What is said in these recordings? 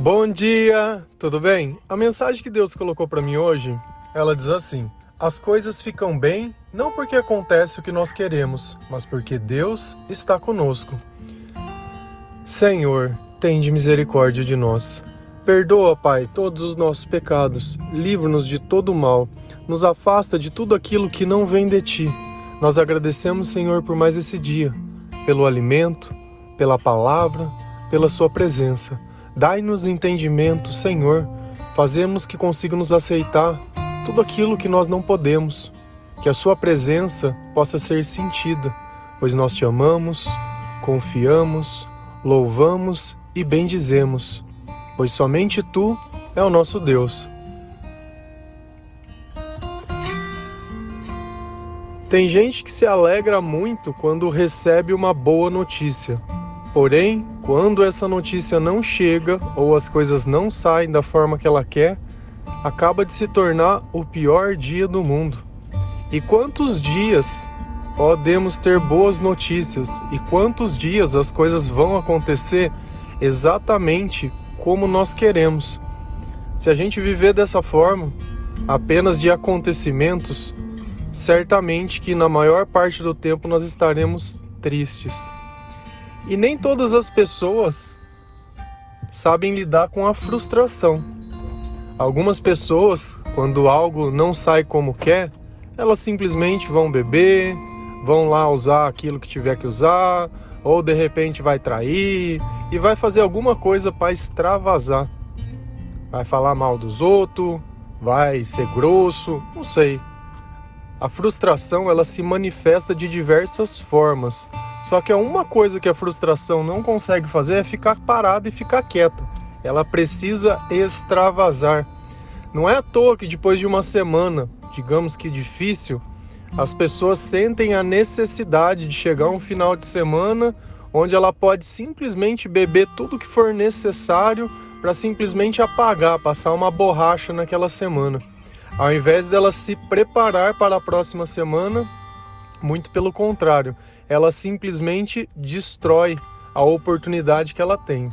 Bom dia, tudo bem? A mensagem que Deus colocou para mim hoje, ela diz assim: as coisas ficam bem não porque acontece o que nós queremos, mas porque Deus está conosco. Senhor, tende misericórdia de nós. Perdoa, Pai, todos os nossos pecados, livra-nos de todo o mal, nos afasta de tudo aquilo que não vem de Ti. Nós agradecemos, Senhor, por mais esse dia, pelo alimento, pela palavra, pela Sua presença. Dai-nos entendimento, Senhor, fazemos que consiga nos aceitar tudo aquilo que nós não podemos, que a Sua presença possa ser sentida, pois nós Te amamos, confiamos, louvamos e bendizemos, pois somente Tu é o nosso Deus. Tem gente que se alegra muito quando recebe uma boa notícia. Porém, quando essa notícia não chega ou as coisas não saem da forma que ela quer, acaba de se tornar o pior dia do mundo. E quantos dias podemos ter boas notícias e quantos dias as coisas vão acontecer exatamente como nós queremos? Se a gente viver dessa forma, apenas de acontecimentos, certamente que na maior parte do tempo nós estaremos tristes. E nem todas as pessoas sabem lidar com a frustração. Algumas pessoas, quando algo não sai como quer, elas simplesmente vão beber, vão lá usar aquilo que tiver que usar, ou de repente vai trair e vai fazer alguma coisa para extravasar. Vai falar mal dos outros, vai ser grosso, não sei. A frustração, ela se manifesta de diversas formas. Só que uma coisa que a frustração não consegue fazer é ficar parada e ficar quieta. Ela precisa extravasar. Não é à toa que depois de uma semana, digamos que difícil, as pessoas sentem a necessidade de chegar a um final de semana onde ela pode simplesmente beber tudo que for necessário para simplesmente apagar, passar uma borracha naquela semana. Ao invés dela se preparar para a próxima semana, muito pelo contrário, ela simplesmente destrói a oportunidade que ela tem.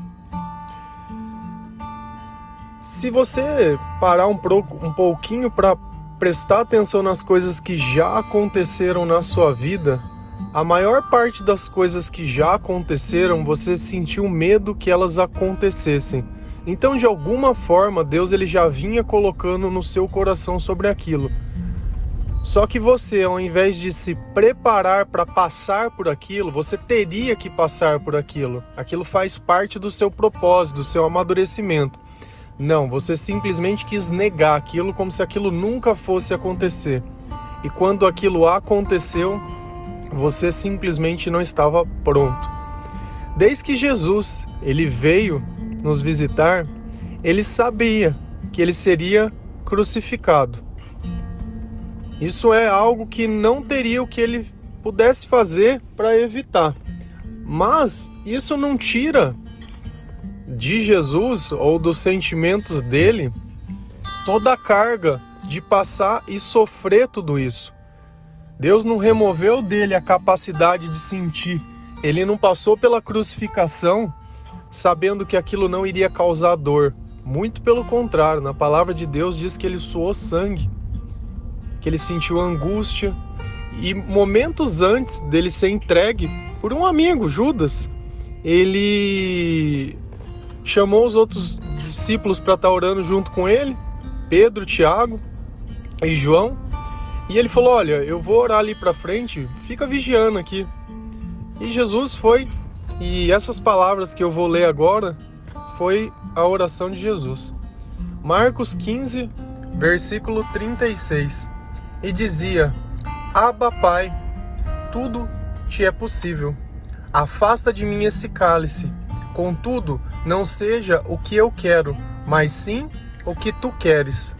Se você parar um pouquinho para prestar atenção nas coisas que já aconteceram na sua vida, a maior parte das coisas que já aconteceram, você sentiu medo que elas acontecessem. Então, de alguma forma, Deus ele já vinha colocando no seu coração sobre aquilo. Só que você, ao invés de se preparar para passar por aquilo, você teria que passar por aquilo. Aquilo faz parte do seu propósito, do seu amadurecimento. Não, você simplesmente quis negar aquilo como se aquilo nunca fosse acontecer. E quando aquilo aconteceu, você simplesmente não estava pronto. Desde que Jesus ele veio nos visitar, ele sabia que ele seria crucificado. Isso é algo que não teria o que ele pudesse fazer para evitar. Mas isso não tira de Jesus ou dos sentimentos dele toda a carga de passar e sofrer tudo isso. Deus não removeu dele a capacidade de sentir. Ele não passou pela crucificação sabendo que aquilo não iria causar dor. Muito pelo contrário, na palavra de Deus diz que ele suou sangue, que ele sentiu angústia, e momentos antes dele ser entregue por um amigo, Judas, ele chamou os outros discípulos para estar orando junto com ele, Pedro, Tiago e João, e ele falou: olha, eu vou orar ali para frente, fica vigiando aqui. E Jesus foi, e essas palavras que eu vou ler agora foi a oração de Jesus. Marcos 15, versículo 36. E dizia: Abba, Pai, tudo te é possível. Afasta de mim esse cálice. Contudo, não seja o que eu quero, mas sim o que tu queres.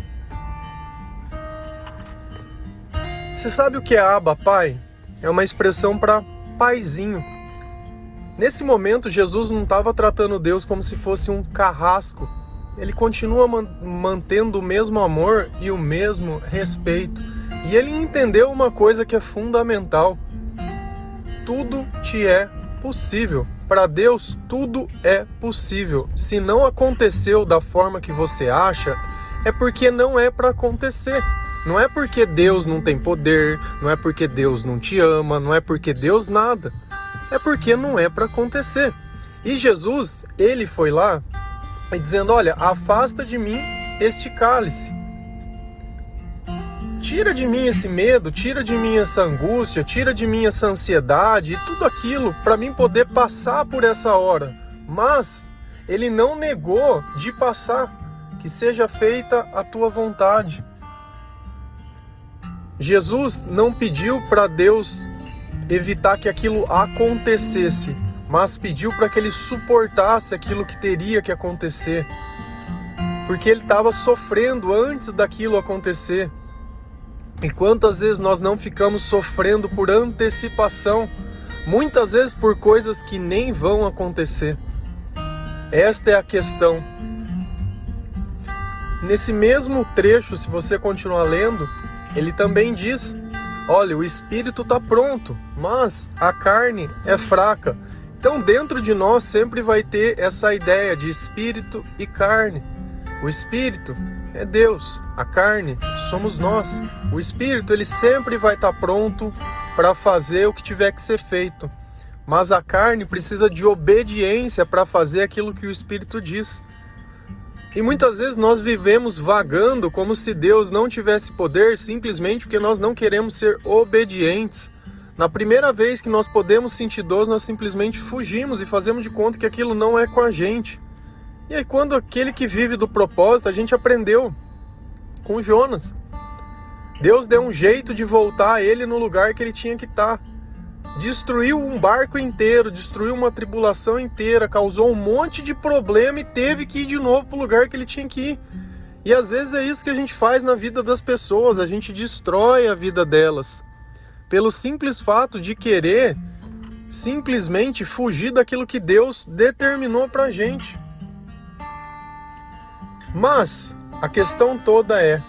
Você sabe o que é Abba, Pai? É uma expressão para paizinho. Nesse momento, Jesus não estava tratando Deus como se fosse um carrasco. Ele continua mantendo o mesmo amor e o mesmo respeito. E ele entendeu uma coisa que é fundamental: tudo te é possível. para Deus tudo é possível. Se não aconteceu da forma que você acha, é porque não é para acontecer. Não é porque Deus não tem poder, não é porque Deus não te ama, não é porque Deus nada. É porque não é para acontecer. E Jesus, ele foi lá e dizendo, olha, afasta de mim este cálice. Tira de mim esse medo, tira de mim essa angústia, tira de mim essa ansiedade e tudo aquilo para mim poder passar por essa hora. Mas ele não negou de passar, que seja feita a tua vontade. Jesus não pediu para Deus evitar que aquilo acontecesse, mas pediu para que ele suportasse aquilo que teria que acontecer, porque ele estava sofrendo antes daquilo acontecer. E quantas vezes nós não ficamos sofrendo por antecipação, muitas vezes por coisas que nem vão acontecer. Esta é a questão. Nesse mesmo trecho, se você continuar lendo, ele também diz, olha, o espírito está pronto, mas a carne é fraca. Então dentro de nós sempre vai ter essa ideia de espírito e carne. O espírito é Deus, a carne somos nós. O espírito ele sempre vai estar pronto para fazer o que tiver que ser feito. Mas a carne precisa de obediência para fazer aquilo que o espírito diz. E muitas vezes nós vivemos vagando como se Deus não tivesse poder simplesmente porque nós não queremos ser obedientes. Na primeira vez que nós podemos sentir dor, nós simplesmente fugimos e fazemos de conta que aquilo não é com a gente. E aí quando aquele que vive do propósito, a gente aprendeu com Jonas. Deus deu um jeito de voltar ele no lugar que ele tinha que estar. Destruiu um barco inteiro, destruiu uma tribulação inteira, causou um monte de problema e teve que ir de novo para o lugar que ele tinha que ir. E às vezes é isso que a gente faz na vida das pessoas, a gente destrói a vida delas, pelo simples fato de querer simplesmente fugir daquilo que Deus determinou para a gente. Mas a questão toda é,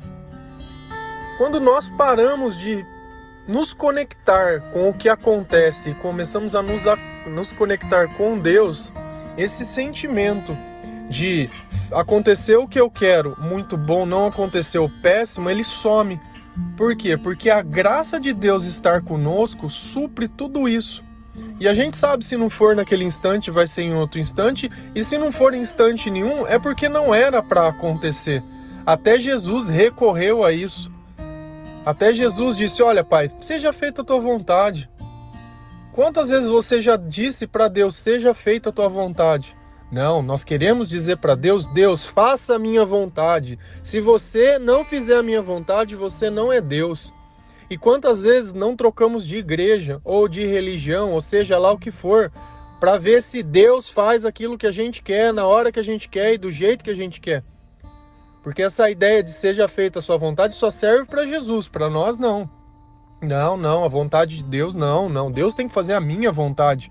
quando nós paramos de nos conectar com o que acontece e começamos a nos conectar com Deus, esse sentimento de aconteceu o que eu quero, muito bom, não aconteceu, péssimo, ele some. Por quê? Porque a graça de Deus estar conosco supre tudo isso. E a gente sabe, se não for naquele instante, vai ser em outro instante, e se não for em instante nenhum, é porque não era para acontecer. Até Jesus recorreu a isso. Até Jesus disse, olha, Pai, seja feita a tua vontade. Quantas vezes você já disse para Deus, seja feita a tua vontade? Não, nós queremos dizer para Deus, Deus, faça a minha vontade. Se você não fizer a minha vontade, você não é Deus. E quantas vezes não trocamos de igreja ou de religião, ou seja lá o que for, para ver se Deus faz aquilo que a gente quer, na hora que a gente quer e do jeito que a gente quer. Porque essa ideia de seja feita a sua vontade só serve para Jesus, para nós não. Não, a vontade de Deus não. Deus tem que fazer a minha vontade.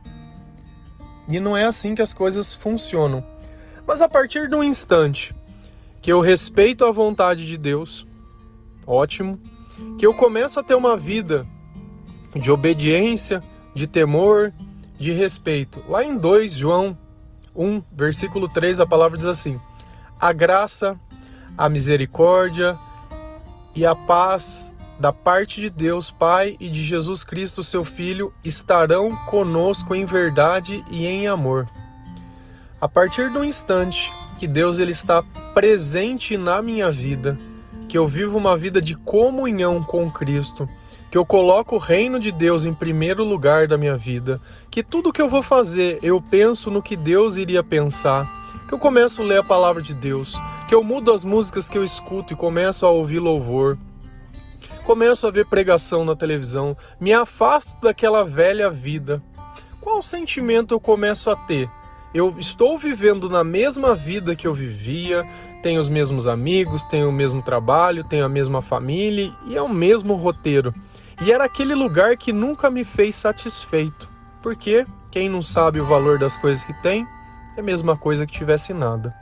E não é assim que as coisas funcionam. Mas a partir do instante que eu respeito a vontade de Deus, ótimo, que eu começo a ter uma vida de obediência, de temor, de respeito. Lá em 2 João 1, versículo 3, a palavra diz assim, a graça, a misericórdia e a paz da parte de Deus Pai e de Jesus Cristo, seu Filho, estarão conosco em verdade e em amor. A partir do instante que Deus ele está presente na minha vida, que eu vivo uma vida de comunhão com Cristo, que eu coloco o reino de Deus em primeiro lugar da minha vida, que tudo que eu vou fazer, eu penso no que Deus iria pensar, que eu começo a ler a palavra de Deus, que eu mudo as músicas que eu escuto e começo a ouvir louvor, começo a ver pregação na televisão, me afasto daquela velha vida. Qual sentimento eu começo a ter? Eu estou vivendo na mesma vida que eu vivia, tenho os mesmos amigos, tenho o mesmo trabalho, tenho a mesma família e é o mesmo roteiro. E era aquele lugar que nunca me fez satisfeito. Porque quem não sabe o valor das coisas que tem, é a mesma coisa que tivesse nada.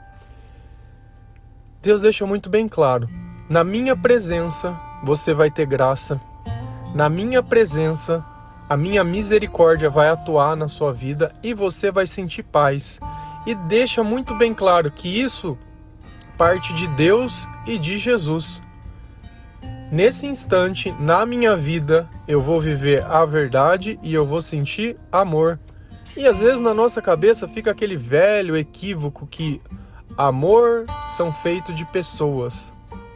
Deus deixa muito bem claro, na minha presença você vai ter graça, na minha presença a minha misericórdia vai atuar na sua vida e você vai sentir paz. E deixa muito bem claro que isso parte de Deus e de Jesus. Nesse instante, na minha vida, eu vou viver a verdade e eu vou sentir amor. E às vezes na nossa cabeça fica aquele velho equívoco que amor são feitos de pessoas.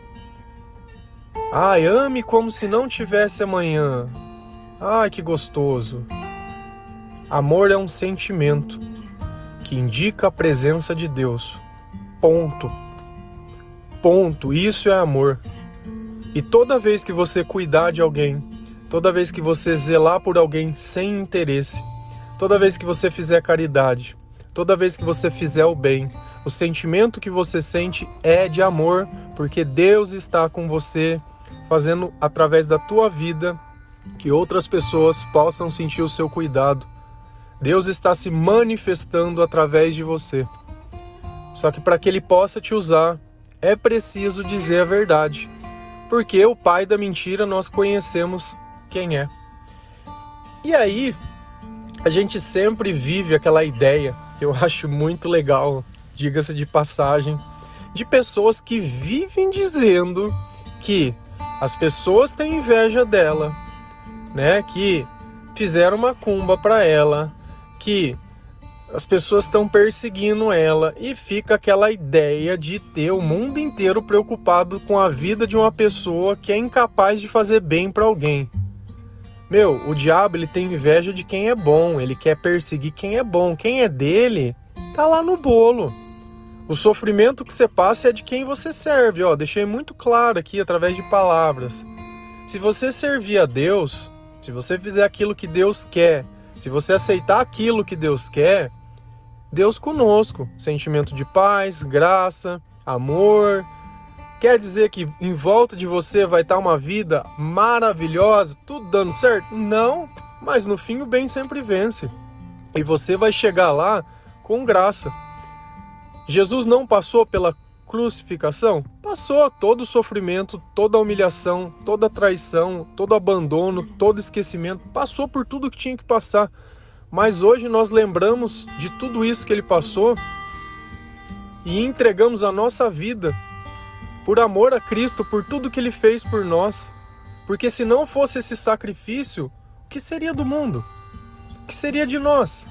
Ai, ame como se não tivesse amanhã. Ai, que gostoso. Amor é um sentimento que indica a presença de Deus. Ponto. Ponto. Isso é amor. E toda vez que você cuidar de alguém, toda vez que você zelar por alguém sem interesse, toda vez que você fizer caridade, toda vez que você fizer o bem, o sentimento que você sente é de amor, porque Deus está com você, fazendo através da tua vida que outras pessoas possam sentir o seu cuidado. Deus está se manifestando através de você. Só que para que Ele possa te usar, é preciso dizer a verdade. Porque o pai da mentira nós conhecemos quem é. E aí, a gente sempre vive aquela ideia, que eu acho muito legal, diga-se de passagem, de pessoas que vivem dizendo que as pessoas têm inveja dela, né? Que fizeram macumba para ela, que as pessoas estão perseguindo ela e fica aquela ideia de ter o mundo inteiro preocupado com a vida de uma pessoa que é incapaz de fazer bem para alguém. Meu, o diabo ele tem inveja de quem é bom, ele quer perseguir quem é bom. Quem é dele, tá lá no bolo. O sofrimento que você passa é de quem você serve, ó. Deixei muito claro aqui através de palavras. Se você servir a Deus, se você fizer aquilo que Deus quer, se você aceitar aquilo que Deus quer, Deus conosco, sentimento de paz, graça, amor. Quer dizer que em volta de você vai estar uma vida maravilhosa, tudo dando certo? Não, mas no fim o bem sempre vence. E você vai chegar lá com graça. Jesus não passou pela crucificação? Passou todo o sofrimento, toda a humilhação, toda a traição, todo o abandono, todo o esquecimento. Passou por tudo que tinha que passar. Mas hoje nós lembramos de tudo isso que ele passou e entregamos a nossa vida por amor a Cristo, por tudo que ele fez por nós. Porque se não fosse esse sacrifício, o que seria do mundo? O que seria de nós?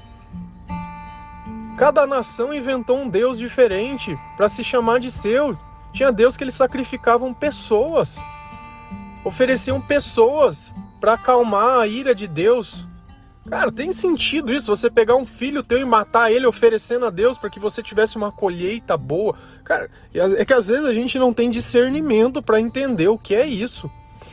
Cada nação inventou um Deus diferente para se chamar de seu. Tinha Deus que eles sacrificavam pessoas, ofereciam pessoas para acalmar a ira de Deus. Cara, tem sentido isso? Você pegar um filho teu e matar ele oferecendo a Deus para que você tivesse uma colheita boa? Cara, é que às vezes a gente não tem discernimento para entender o que é isso.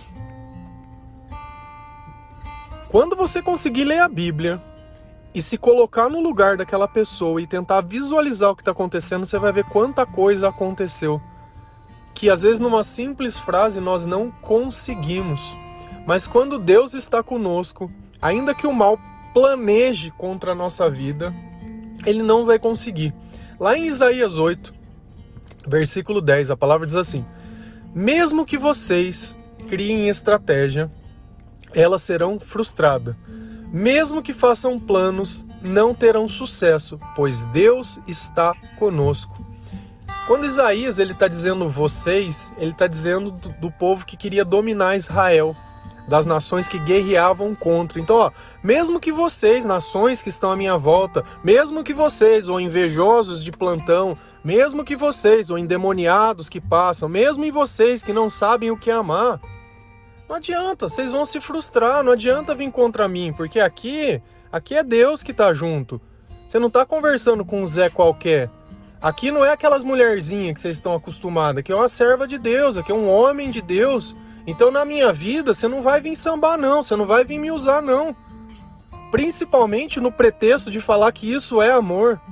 Quando você conseguir ler a Bíblia e se colocar no lugar daquela pessoa e tentar visualizar o que está acontecendo, você vai ver quanta coisa aconteceu. Que às vezes numa simples frase nós não conseguimos. Mas quando Deus está conosco, ainda que o mal planeje contra a nossa vida, ele não vai conseguir. Lá em Isaías 8, versículo 10, a palavra diz assim: mesmo que vocês criem estratégia, elas serão frustradas. Mesmo que façam planos, não terão sucesso, pois Deus está conosco. Quando Isaías está dizendo vocês, ele está dizendo do povo que queria dominar Israel, das nações que guerreavam contra. Então, ó, mesmo que vocês, nações que estão à minha volta, mesmo que vocês, ou invejosos de plantão, mesmo que vocês, ou endemoniados que passam, mesmo em vocês que não sabem o que é amar, não adianta, vocês vão se frustrar, não adianta vir contra mim, porque aqui é Deus que está junto. Você não está conversando com um Zé qualquer. Aqui não é aquelas mulherzinhas que vocês estão acostumados, aqui é uma serva de Deus, aqui é um homem de Deus. Então na minha vida você não vai vir sambar não, você não vai vir me usar não. Principalmente no pretexto de falar que isso é amor.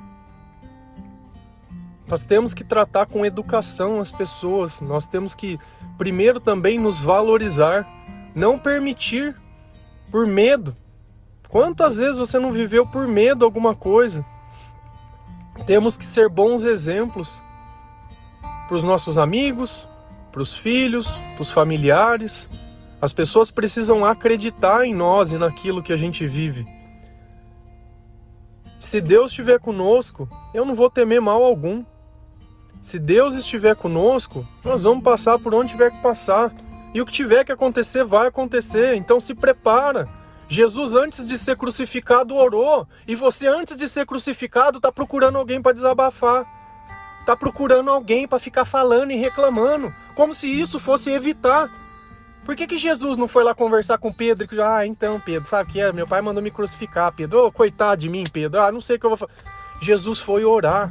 Nós temos que tratar com educação as pessoas, nós temos que primeiro também nos valorizar, não permitir por medo. Quantas vezes você não viveu por medo alguma coisa? Temos que ser bons exemplos para os nossos amigos, para os filhos, para os familiares. As pessoas precisam acreditar em nós e naquilo que a gente vive. Se Deus estiver conosco, eu não vou temer mal algum. Se Deus estiver conosco, nós vamos passar por onde tiver que passar. E o que tiver que acontecer, vai acontecer. Então se prepara. Jesus, antes de ser crucificado, orou. E você, antes de ser crucificado, está procurando alguém para desabafar. Está procurando alguém para ficar falando e reclamando. Como se isso fosse evitar. Por que Jesus não foi lá conversar com Pedro? Então, Pedro, sabe o que é? Meu pai mandou me crucificar, Pedro. Oh, coitado de mim, Pedro. Não sei o que eu vou fazer. Jesus foi orar.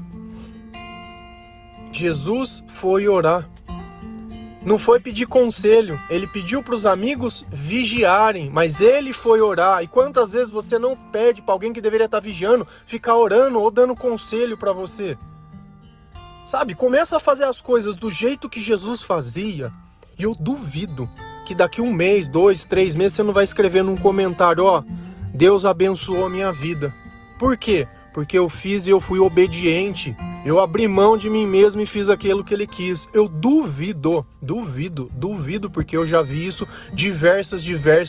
Jesus foi orar. Não foi pedir conselho. Ele pediu para os amigos vigiarem, mas ele foi orar. E quantas vezes você não pede para alguém que deveria estar vigiando, ficar orando ou dando conselho para você? Sabe, começa a fazer as coisas do jeito que Jesus fazia. E eu duvido que daqui 1 mês, 2, 3 meses você não vai escrever num comentário, Deus abençoou a minha vida. Por quê? Porque eu fiz e eu fui obediente. Eu abri mão de mim mesmo e fiz aquilo que ele quis. Eu duvido, porque eu já vi isso diversas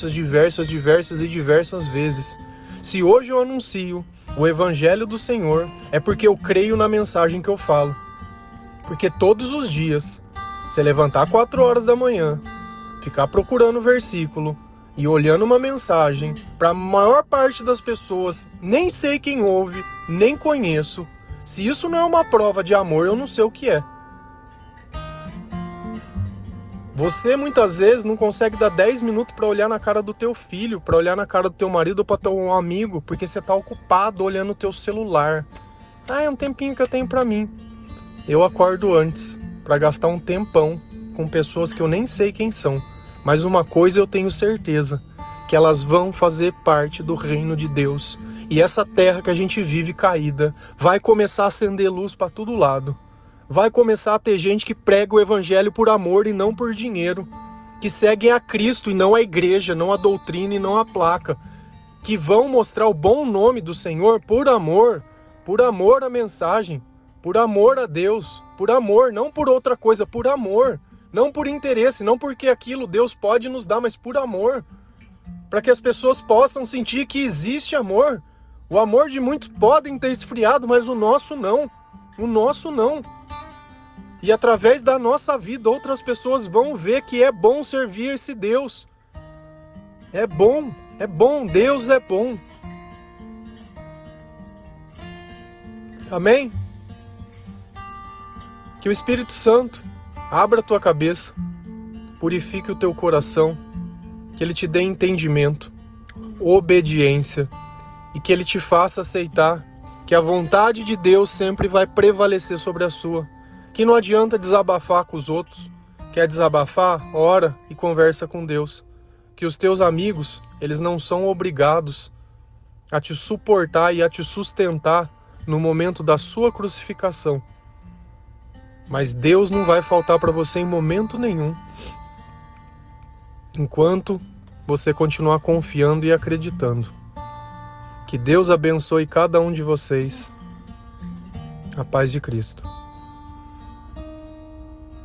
vezes. Se hoje eu anuncio o Evangelho do Senhor, é porque eu creio na mensagem que eu falo. Porque todos os dias, você levantar 4 horas da manhã, ficar procurando o versículo e olhando uma mensagem, para a maior parte das pessoas, nem sei quem ouve, nem conheço. Se isso não é uma prova de amor, eu não sei o que é. Você muitas vezes não consegue dar 10 minutos para olhar na cara do teu filho, para olhar na cara do teu marido ou para teu amigo, porque você está ocupado olhando o teu celular. É um tempinho que eu tenho para mim. Eu acordo antes, para gastar um tempão com pessoas que eu nem sei quem são. Mas uma coisa eu tenho certeza, que elas vão fazer parte do reino de Deus. E essa terra que a gente vive caída vai começar a acender luz para todo lado. Vai começar a ter gente que prega o evangelho por amor e não por dinheiro. Que seguem a Cristo e não a igreja, não a doutrina e não a placa. Que vão mostrar o bom nome do Senhor por amor à mensagem, por amor a Deus, por amor, não por outra coisa, por amor. Não por interesse, não porque aquilo Deus pode nos dar, mas por amor. Para que as pessoas possam sentir que existe amor. O amor de muitos podem ter esfriado, mas o nosso não. O nosso não. E através da nossa vida, outras pessoas vão ver que é bom servir esse Deus. É bom, Deus é bom. Amém? Que o Espírito Santo abra a tua cabeça, purifique o teu coração, que ele te dê entendimento, obediência e que ele te faça aceitar que a vontade de Deus sempre vai prevalecer sobre a sua. Que não adianta desabafar com os outros. Quer desabafar? Ora e conversa com Deus. Que os teus amigos, eles não são obrigados a te suportar e a te sustentar no momento da sua crucificação. Mas Deus não vai faltar para você em momento nenhum, enquanto você continuar confiando e acreditando. Que Deus abençoe cada um de vocês. A paz de Cristo.